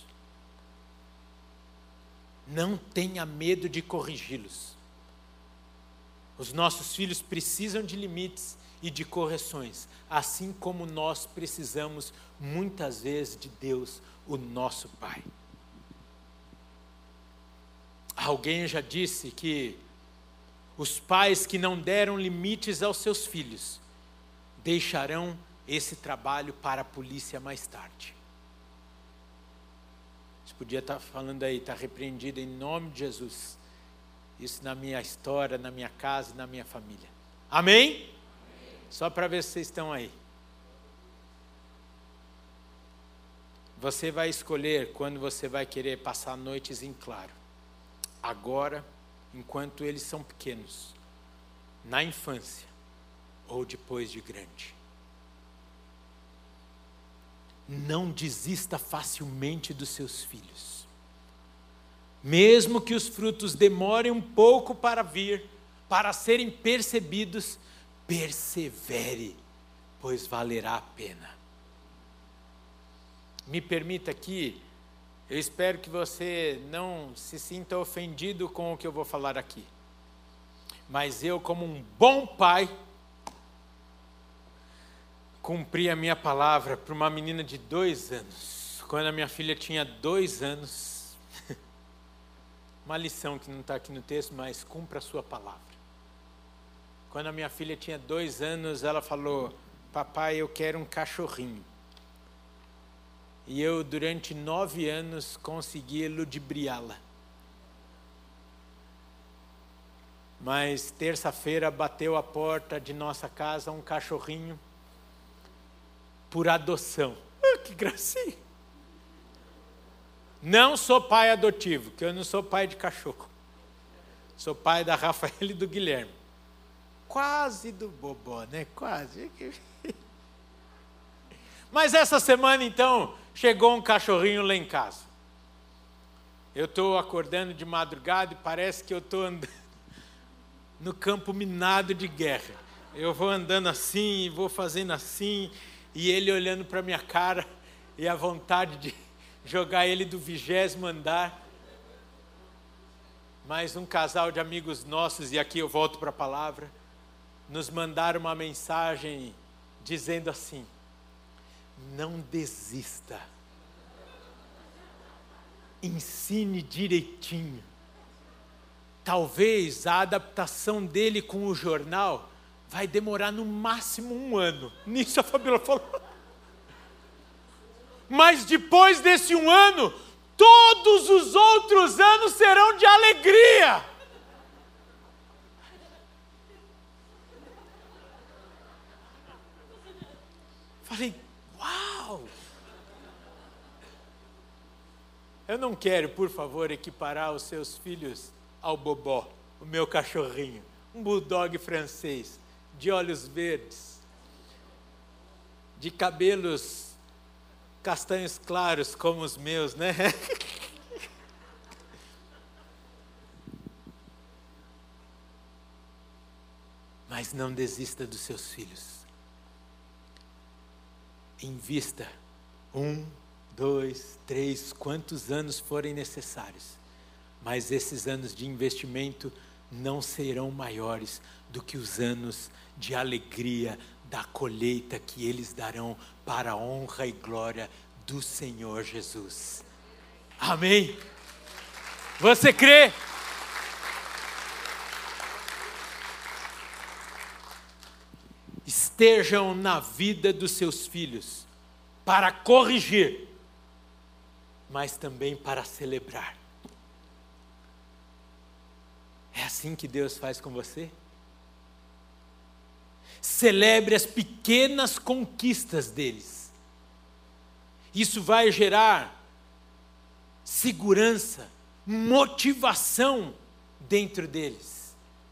Não tenha medo de corrigi-los. Os nossos filhos precisam de limites e de correções, assim como nós precisamos muitas vezes de Deus, o nosso Pai. Alguém já disse que os pais que não deram limites aos seus filhos deixarão esse trabalho para a polícia mais tarde. Você podia estar falando aí, está repreendido em nome de Jesus. Isso na minha história, na minha casa e na minha família. Amém? Amém. Só para ver se vocês estão aí. Você vai escolher quando você vai querer passar noites em claro. Agora, enquanto eles são pequenos, na infância ou depois de grande. Não desista facilmente dos seus filhos. Mesmo que os frutos demorem um pouco para vir, para serem percebidos, persevere, pois valerá a pena. Me permita aqui, eu espero que você não se sinta ofendido com o que eu vou falar aqui. Mas eu, como um bom pai, cumpri a minha palavra para uma menina de 2 anos. Quando a minha filha tinha 2 anos, uma lição que não está aqui no texto, mas cumpra a sua palavra. Quando a minha filha tinha 2 anos, ela falou: papai, eu quero um cachorrinho. E eu, durante 9 anos, consegui ludibriá-la. Mas terça-feira bateu a porta de nossa casa um cachorrinho por adoção. Que gracinha! Não sou pai adotivo, que eu não sou pai de cachorro. Sou pai da Rafaela e do Guilherme. Quase do Bobó, né? Quase. Mas essa semana, então, chegou um cachorrinho lá em casa. Eu estou acordando de madrugada e parece que eu estou andando no campo minado de guerra. Eu vou andando assim, vou fazendo assim, e ele olhando para minha cara, e a vontade de jogar ele do 20º andar. Mas um casal de amigos nossos, e aqui eu volto para a palavra, nos mandaram uma mensagem dizendo assim: não desista, ensine direitinho. Talvez a adaptação dele com o jornal vai demorar no máximo 1 ano. Nisso a Fabíola falou. Mas depois desse 1 ano, todos os outros anos serão de alegria. Falei, uau! Eu não quero, por favor, equiparar os seus filhos ao Bobó, o meu cachorrinho, um bulldog francês, de olhos verdes, de cabelos castanhos claros como os meus, né? Mas não desista dos seus filhos. Invista 1, 2, 3, quantos anos forem necessários. Mas esses anos de investimento não serão maiores do que os anos de alegria da colheita que eles darão para a honra e glória do Senhor Jesus. Amém? Você crê? Estejam na vida dos seus filhos para corrigir, mas também para celebrar. É assim que Deus faz com você? Celebre as pequenas conquistas deles. Isso vai gerar segurança, motivação dentro deles.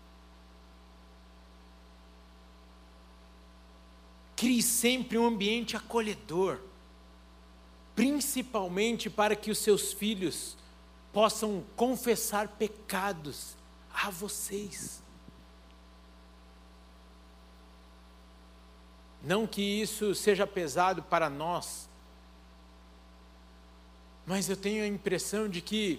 Crie sempre um ambiente acolhedor, principalmente para que os seus filhos possam confessar pecados a vocês. Não que isso seja pesado para nós, mas eu tenho a impressão de que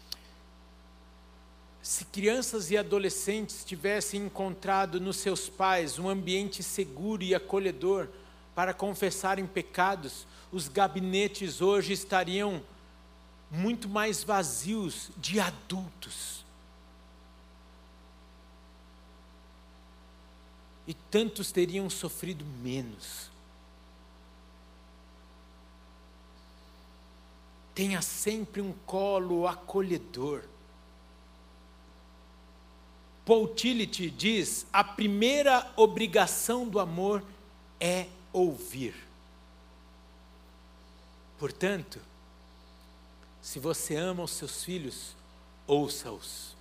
se crianças e adolescentes tivessem encontrado nos seus pais um ambiente seguro e acolhedor para confessarem pecados, os gabinetes hoje estariam muito mais vazios de adultos. e tantos teriam sofrido menos. Tenha sempre um colo acolhedor. Paul Tillich diz: a primeira obrigação do amor é ouvir. Portanto, se você ama os seus filhos, ouça-os.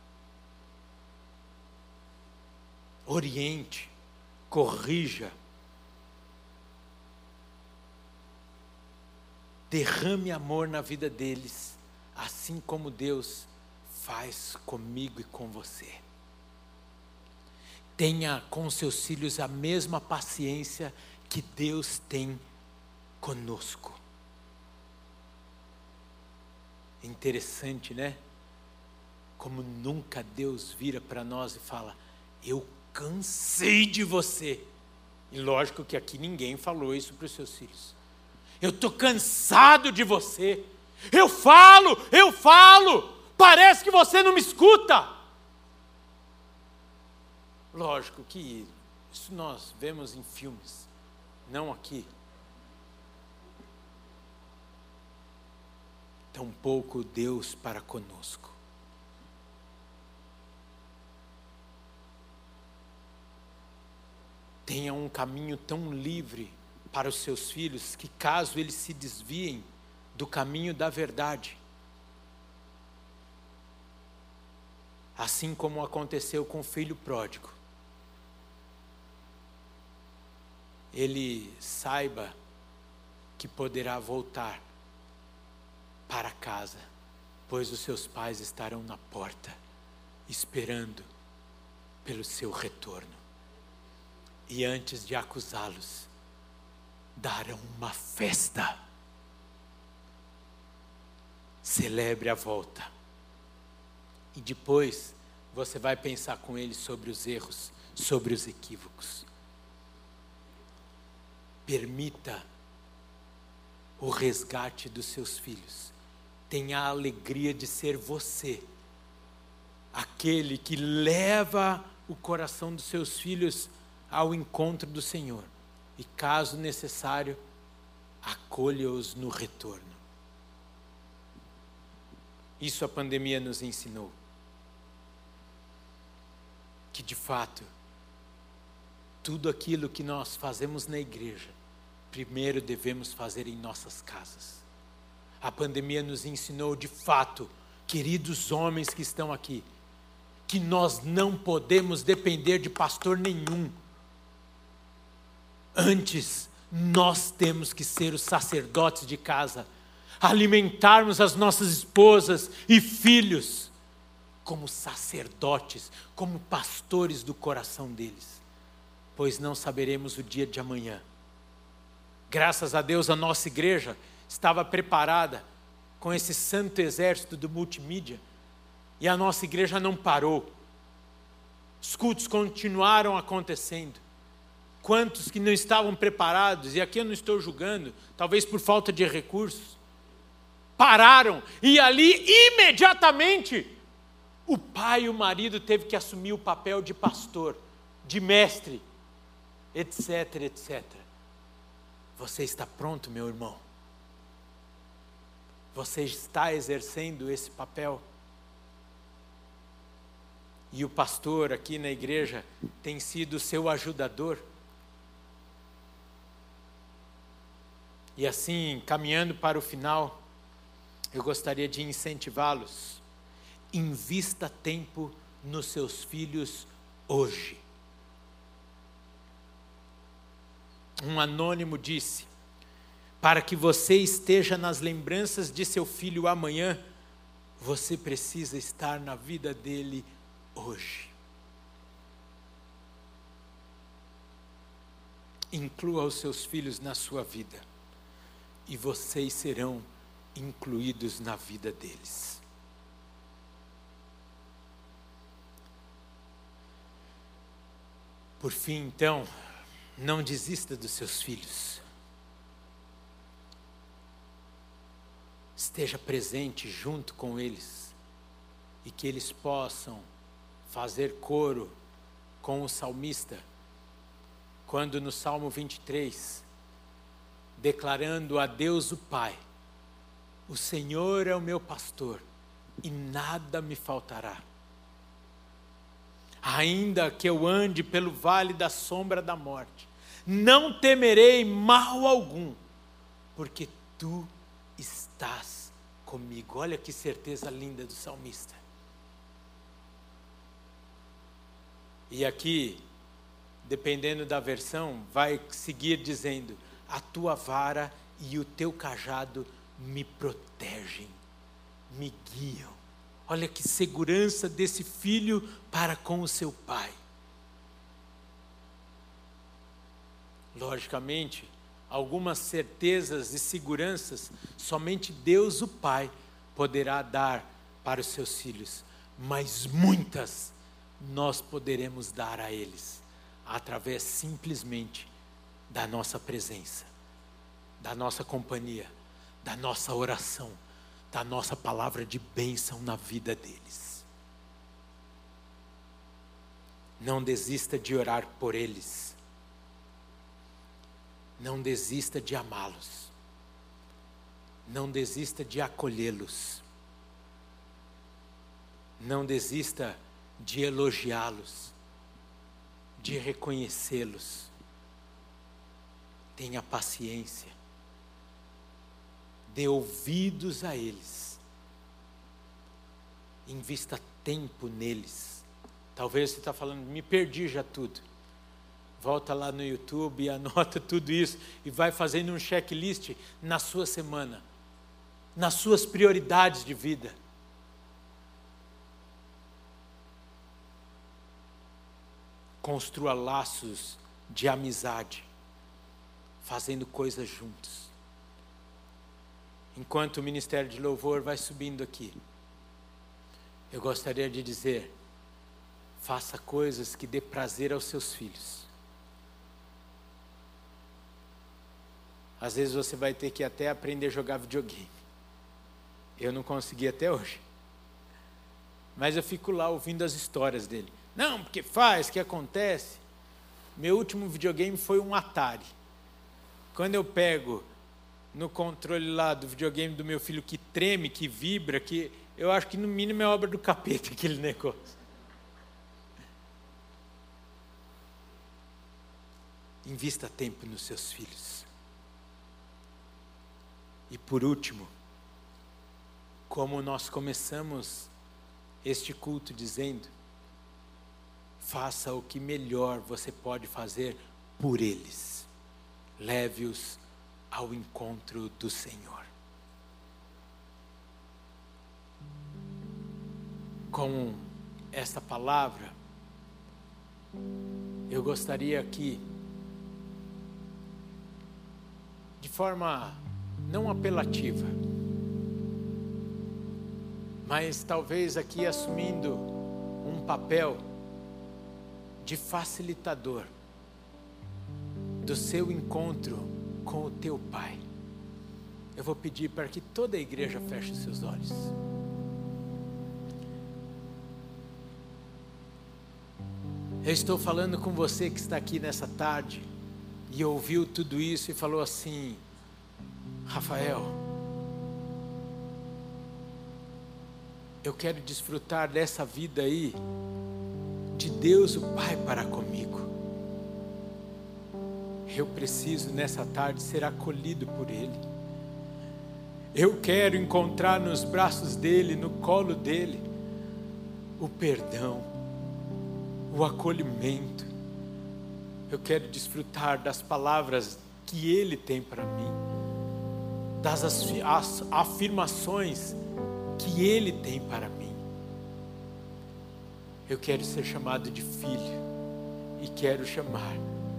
Oriente, corrija. Derrame amor na vida deles, assim como Deus faz comigo e com você. Tenha com seus filhos a mesma paciência que Deus tem conosco. É interessante, né? Como nunca Deus vira para nós e fala: eu cansei de você. E lógico que aqui ninguém falou isso para os seus filhos. Eu estou cansado de você. Eu falo, parece que você não me escuta. Lógico que isso nós vemos em filmes, não aqui. Tampouco Deus para conosco. Tenha um caminho tão livre para os seus filhos que, caso eles se desviem do caminho da verdade, assim como aconteceu com o filho pródigo, ele saiba que poderá voltar para casa, pois os seus pais estarão na porta, esperando pelo seu retorno. E antes de acusá-los, darão uma festa. Celebre a volta. E depois você vai pensar com eles sobre os erros, sobre os equívocos. Permita o resgate dos seus filhos. Tenha a alegria de ser você, aquele que leva o coração dos seus filhos ao encontro do Senhor. E caso necessário, acolha-os no retorno. Isso a pandemia nos ensinou. Que de fato, tudo aquilo que nós fazemos na igreja, primeiro devemos fazer em nossas casas. A pandemia nos ensinou de fato, queridos homens que estão aqui, que nós não podemos depender de pastor nenhum. Antes, nós temos que ser os sacerdotes de casa, alimentarmos as nossas esposas e filhos como sacerdotes, como pastores do coração deles, pois não saberemos o dia de amanhã. Graças a Deus, a nossa igreja estava preparada com esse santo exército do multimídia, e a nossa igreja não parou. Os cultos continuaram acontecendo. Quantos que não estavam preparados, e aqui eu não estou julgando, talvez por falta de recursos, pararam, e ali imediatamente o pai e o marido teve que assumir o papel de pastor, de mestre, etc, etc. Você está pronto, meu irmão? Você está exercendo esse papel? E o pastor aqui na igreja tem sido seu ajudador? E assim, caminhando para o final, eu gostaria de incentivá-los. Invista tempo nos seus filhos hoje. Um anônimo disse: para que você esteja nas lembranças de seu filho amanhã, você precisa estar na vida dele hoje. Inclua os seus filhos na sua vida, e vocês serão incluídos na vida deles. Por fim, então, não desista dos seus filhos. Esteja presente junto com eles, e que eles possam fazer coro com o salmista quando no Salmo 23, declarando a Deus o Pai, o Senhor é o meu pastor e nada me faltará. Ainda que eu ande pelo vale da sombra da morte, não temerei mal algum, porque tu estás comigo. Olha que certeza linda do salmista. E aqui, dependendo da versão, vai seguir dizendo: a tua vara e o teu cajado me protegem, me guiam. Olha que segurança desse filho para com o seu pai. Logicamente, algumas certezas e seguranças somente Deus, o Pai, poderá dar para os seus filhos, mas muitas nós poderemos dar a eles, através simplesmente da nossa presença, da nossa companhia, da nossa oração, da nossa palavra de bênção na vida deles. Não desista de orar por eles. Não desista de amá-los. Não desista de acolhê-los. Não desista de elogiá-los, de reconhecê-los. Tenha paciência. Dê ouvidos a eles. Invista tempo neles. Talvez você está falando, me perdi já tudo. Volta lá no YouTube e anota tudo isso e vai fazendo um checklist na sua semana, nas suas prioridades de vida. Construa laços de amizade, fazendo coisas juntos. Enquanto o Ministério de Louvor vai subindo aqui, eu gostaria de dizer: faça coisas que dê prazer aos seus filhos. Às vezes você vai ter que até aprender a jogar videogame. Eu não consegui até hoje. Mas eu fico lá ouvindo as histórias dele. Não, porque faz, que acontece. Meu último videogame foi um Atari. Quando eu pego no controle lá do videogame do meu filho que treme, que vibra, que eu acho que no mínimo é obra do capeta aquele negócio. Invista tempo nos seus filhos. E por último, como nós começamos este culto dizendo, faça o que melhor você pode fazer por eles. Leve-os ao encontro do Senhor. Com esta palavra, eu gostaria aqui, de forma não apelativa, mas talvez aqui assumindo um papel de facilitador do seu encontro com o teu Pai. Eu vou pedir para que toda a igreja feche os seus olhos. Eu estou falando com você que está aqui nessa tarde e ouviu tudo isso e falou assim: Rafael, eu quero desfrutar dessa vida aí, de Deus o Pai para comigo. Eu preciso nessa tarde ser acolhido por Ele. Eu quero encontrar nos braços dEle, no colo dEle, o perdão, o acolhimento. Eu quero desfrutar das palavras que Ele tem para mim, das afirmações que Ele tem para mim. Eu quero ser chamado de filho e quero chamar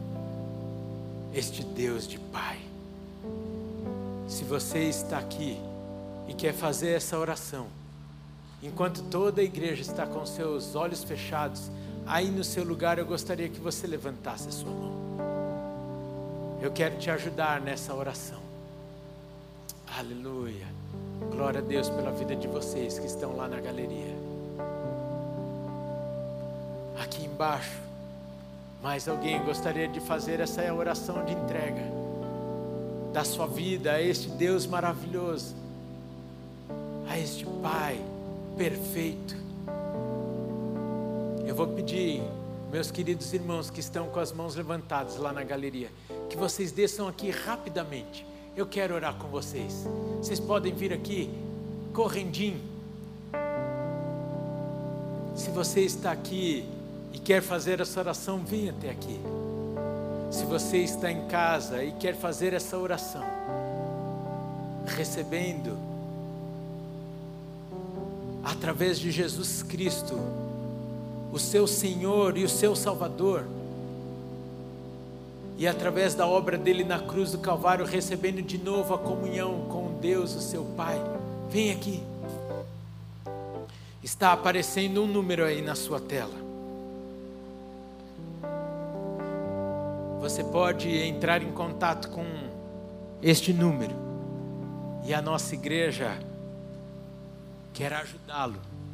este Deus de Pai. Se você está aqui e quer fazer essa oração, enquanto toda a igreja está com seus olhos fechados, aí no seu lugar eu gostaria que você levantasse a sua mão. Eu quero te ajudar nessa oração. Aleluia. Glória a Deus pela vida de vocês que estão lá na galeria. Aqui embaixo, Mais alguém gostaria de fazer essa oração de entrega da sua vida a este Deus maravilhoso, a este Pai perfeito? Eu vou pedir, meus queridos irmãos que estão com as mãos levantadas lá na galeria, que vocês desçam aqui rapidamente. Eu quero orar com vocês. Vocês podem vir aqui correndinho. Se você está aqui e quer fazer essa oração, venha até aqui. Se você está em casa e quer fazer essa oração, recebendo através de Jesus Cristo o seu Senhor e o seu Salvador, e através da obra dele na cruz do Calvário, recebendo de novo a comunhão com Deus, o seu Pai, vem aqui. Está aparecendo um número aí na sua tela. Você pode entrar em contato com este número, e a nossa igreja quer ajudá-lo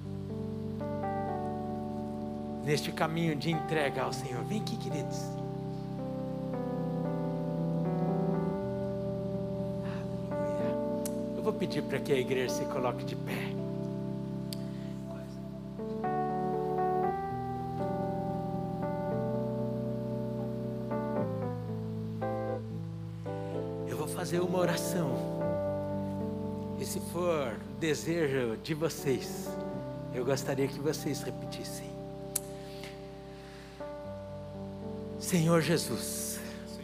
neste caminho de entrega ao Senhor. Vem aqui, queridos. Aleluia. Eu vou pedir para que a igreja se coloque de pé. Eu vou fazer uma oração, e se for desejo de vocês, eu gostaria que vocês repetissem. Senhor Jesus,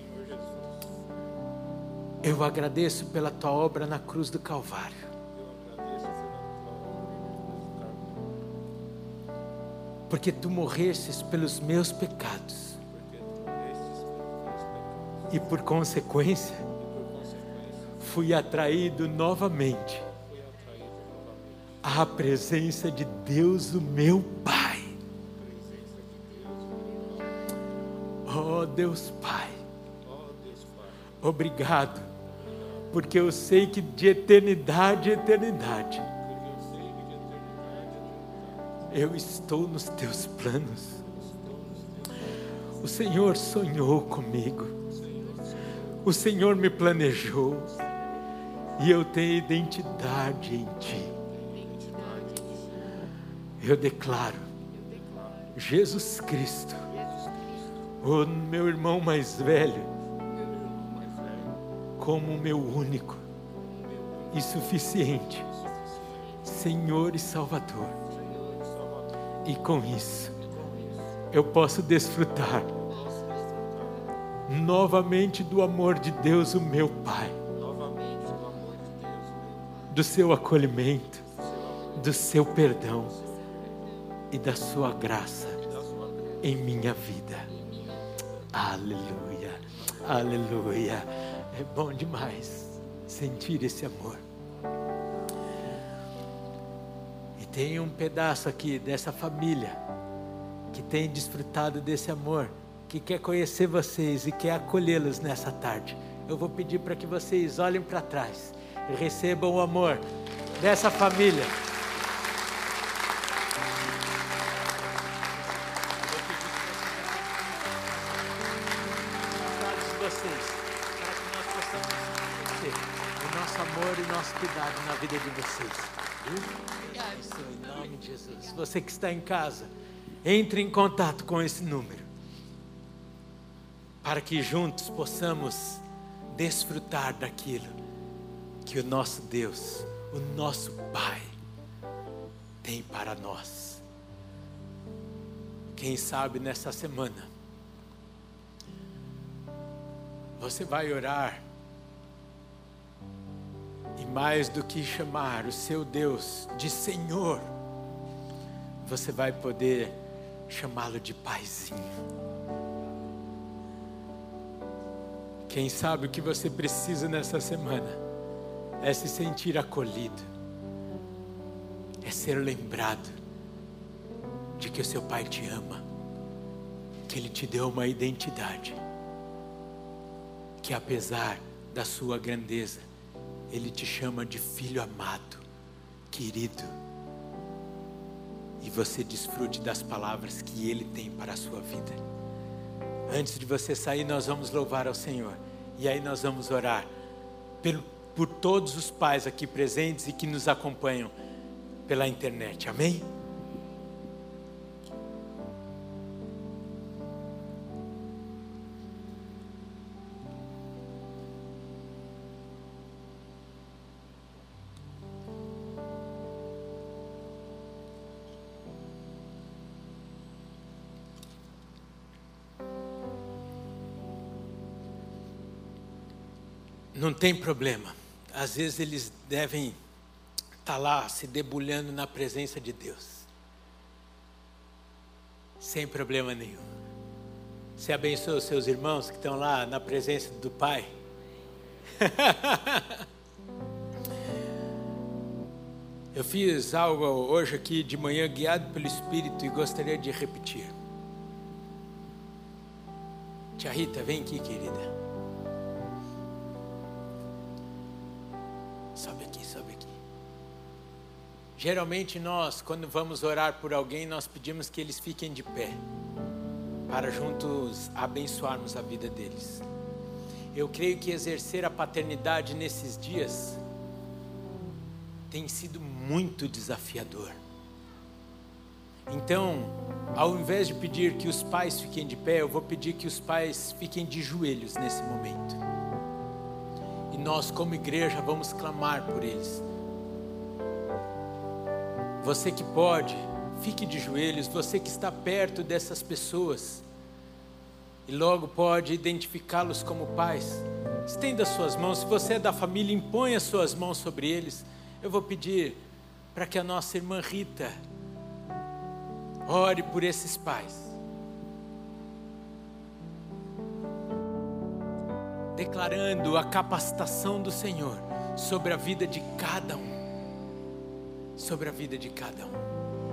eu agradeço pela tua obra na cruz do Calvário. Porque tu morrestes pelos meus pecados. E por consequência, fui atraído novamente à presença de Deus, o meu Pai. Oh Deus Pai, obrigado, porque eu sei que de eternidade a eternidade, eu estou nos teus planos. O Senhor sonhou comigo, o Senhor me planejou, e eu tenho identidade em Ti. Eu declaro Jesus Cristo, o meu irmão mais velho, como o meu único e suficiente Senhor e Salvador. E com isso, eu posso desfrutar novamente do amor de Deus, o meu Pai, do seu acolhimento, do seu perdão e da sua graça em minha vida. Aleluia, aleluia. É bom demais sentir esse amor. E tem um pedaço aqui dessa família que tem desfrutado desse amor, que quer conhecer vocês e quer acolhê-los nessa tarde. Eu vou pedir para que vocês olhem para trás e recebam o amor dessa família. Cuidado na vida de vocês. Isso, em nome de Jesus. Você que está em casa, entre em contato com esse número, para que juntos possamos desfrutar daquilo que o nosso Deus, o nosso Pai, tem para nós. Quem sabe nessa semana você vai orar, e mais do que chamar o seu Deus de Senhor, você vai poder chamá-lo de Paizinho. Quem sabe o que você precisa nessa semana é se sentir acolhido, é ser lembrado de que o seu Pai te ama, que Ele te deu uma identidade, que apesar da sua grandeza, Ele te chama de filho amado, querido. E você desfrute das palavras que Ele tem para a sua vida. Antes de você sair, nós vamos louvar ao Senhor. E aí nós vamos orar por todos os pais aqui presentes e que nos acompanham pela internet. Amém? Não tem problema. Às vezes eles devem estar lá se debulhando na presença de Deus. Sem problema nenhum. Você abençoa os seus irmãos que estão lá na presença do Pai? Eu fiz algo hoje aqui de manhã guiado pelo Espírito e gostaria de repetir. Tia Rita, vem aqui, querida. Sobe aqui, sobe aqui. Geralmente nós, quando vamos orar por alguém, nós pedimos que eles fiquem de pé, para juntos abençoarmos a vida deles. Eu creio que exercer a paternidade nesses dias tem sido muito desafiador. Então, ao invés de pedir que os pais fiquem de pé, eu vou pedir que os pais fiquem de joelhos nesse momento. E nós, como igreja, vamos clamar por eles. Você que pode, fique de joelhos. Você que está perto dessas pessoas e logo pode identificá-los como pais, estenda suas mãos. Se você é da família, imponha suas mãos sobre eles. Eu vou pedir para que a nossa irmã Rita ore por esses pais, declarando a capacitação do Senhor sobre a vida de cada um. Sobre a vida de cada um.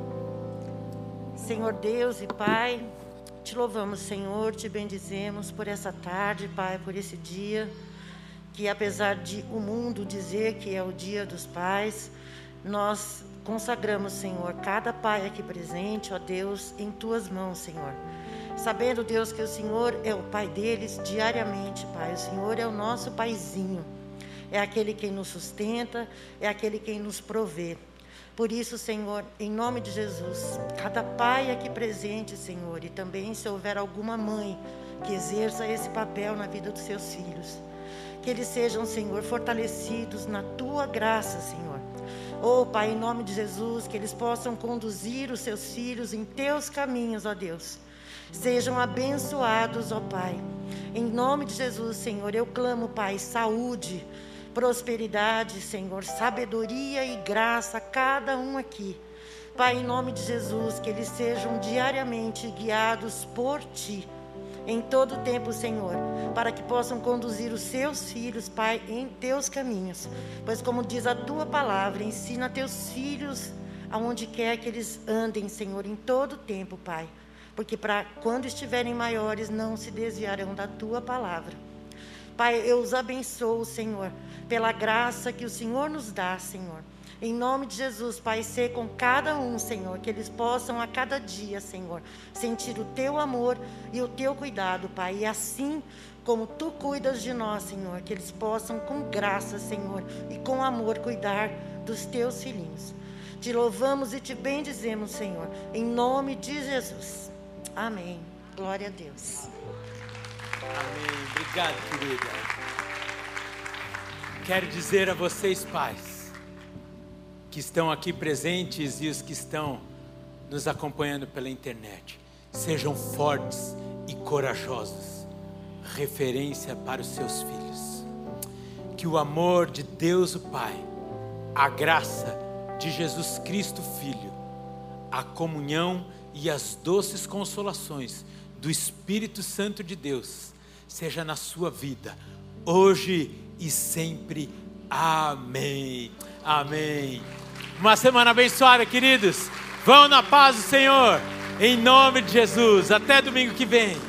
Senhor Deus e Pai, te louvamos, Senhor, te bendizemos por essa tarde, Pai, por esse dia, que apesar de o mundo dizer que é o dia dos pais, nós consagramos, Senhor, cada pai aqui presente, ó Deus, em Tuas mãos, Senhor. Sabendo, Deus, que o Senhor é o Pai deles diariamente, Pai. O Senhor é o nosso Paizinho. É aquele quem nos sustenta, é aquele quem nos provê. Por isso, Senhor, em nome de Jesus, cada pai aqui presente, Senhor, e também se houver alguma mãe que exerça esse papel na vida dos seus filhos, que eles sejam, Senhor, fortalecidos na Tua graça, Senhor. Oh, Pai, em nome de Jesus, que eles possam conduzir os seus filhos em Teus caminhos, ó Deus. Sejam abençoados, ó Pai. Em nome de Jesus, Senhor, eu clamo, Pai, saúde, prosperidade, Senhor, sabedoria e graça a cada um aqui. Pai, em nome de Jesus, que eles sejam diariamente guiados por Ti, em todo o tempo, Senhor, para que possam conduzir os seus filhos, Pai, em Teus caminhos. Pois como diz a Tua palavra, ensina Teus filhos aonde quer que eles andem, Senhor, em todo o tempo, Pai. Porque para quando estiverem maiores, não se desviarão da Tua palavra. Pai, eu os abençoo, Senhor, pela graça que o Senhor nos dá, Senhor. Em nome de Jesus, Pai, ser com cada um, Senhor, que eles possam a cada dia, Senhor, sentir o Teu amor e o Teu cuidado, Pai. E assim como Tu cuidas de nós, Senhor, que eles possam com graça, Senhor, e com amor cuidar dos Teus filhinhos. Te louvamos e Te bendizemos, Senhor, em nome de Jesus. Amém. Glória a Deus. Amém. Obrigado, querida. Quero dizer a vocês, pais, que estão aqui presentes e os que estão nos acompanhando pela internet, sejam fortes e corajosos, referência para os seus filhos. Que o amor de Deus o Pai, a graça de Jesus Cristo Filho, a comunhão e as doces consolações do Espírito Santo de Deus seja na sua vida, hoje e sempre. Amém. Amém. Uma semana abençoada, queridos. Vão na paz do Senhor, em nome de Jesus. Até domingo que vem.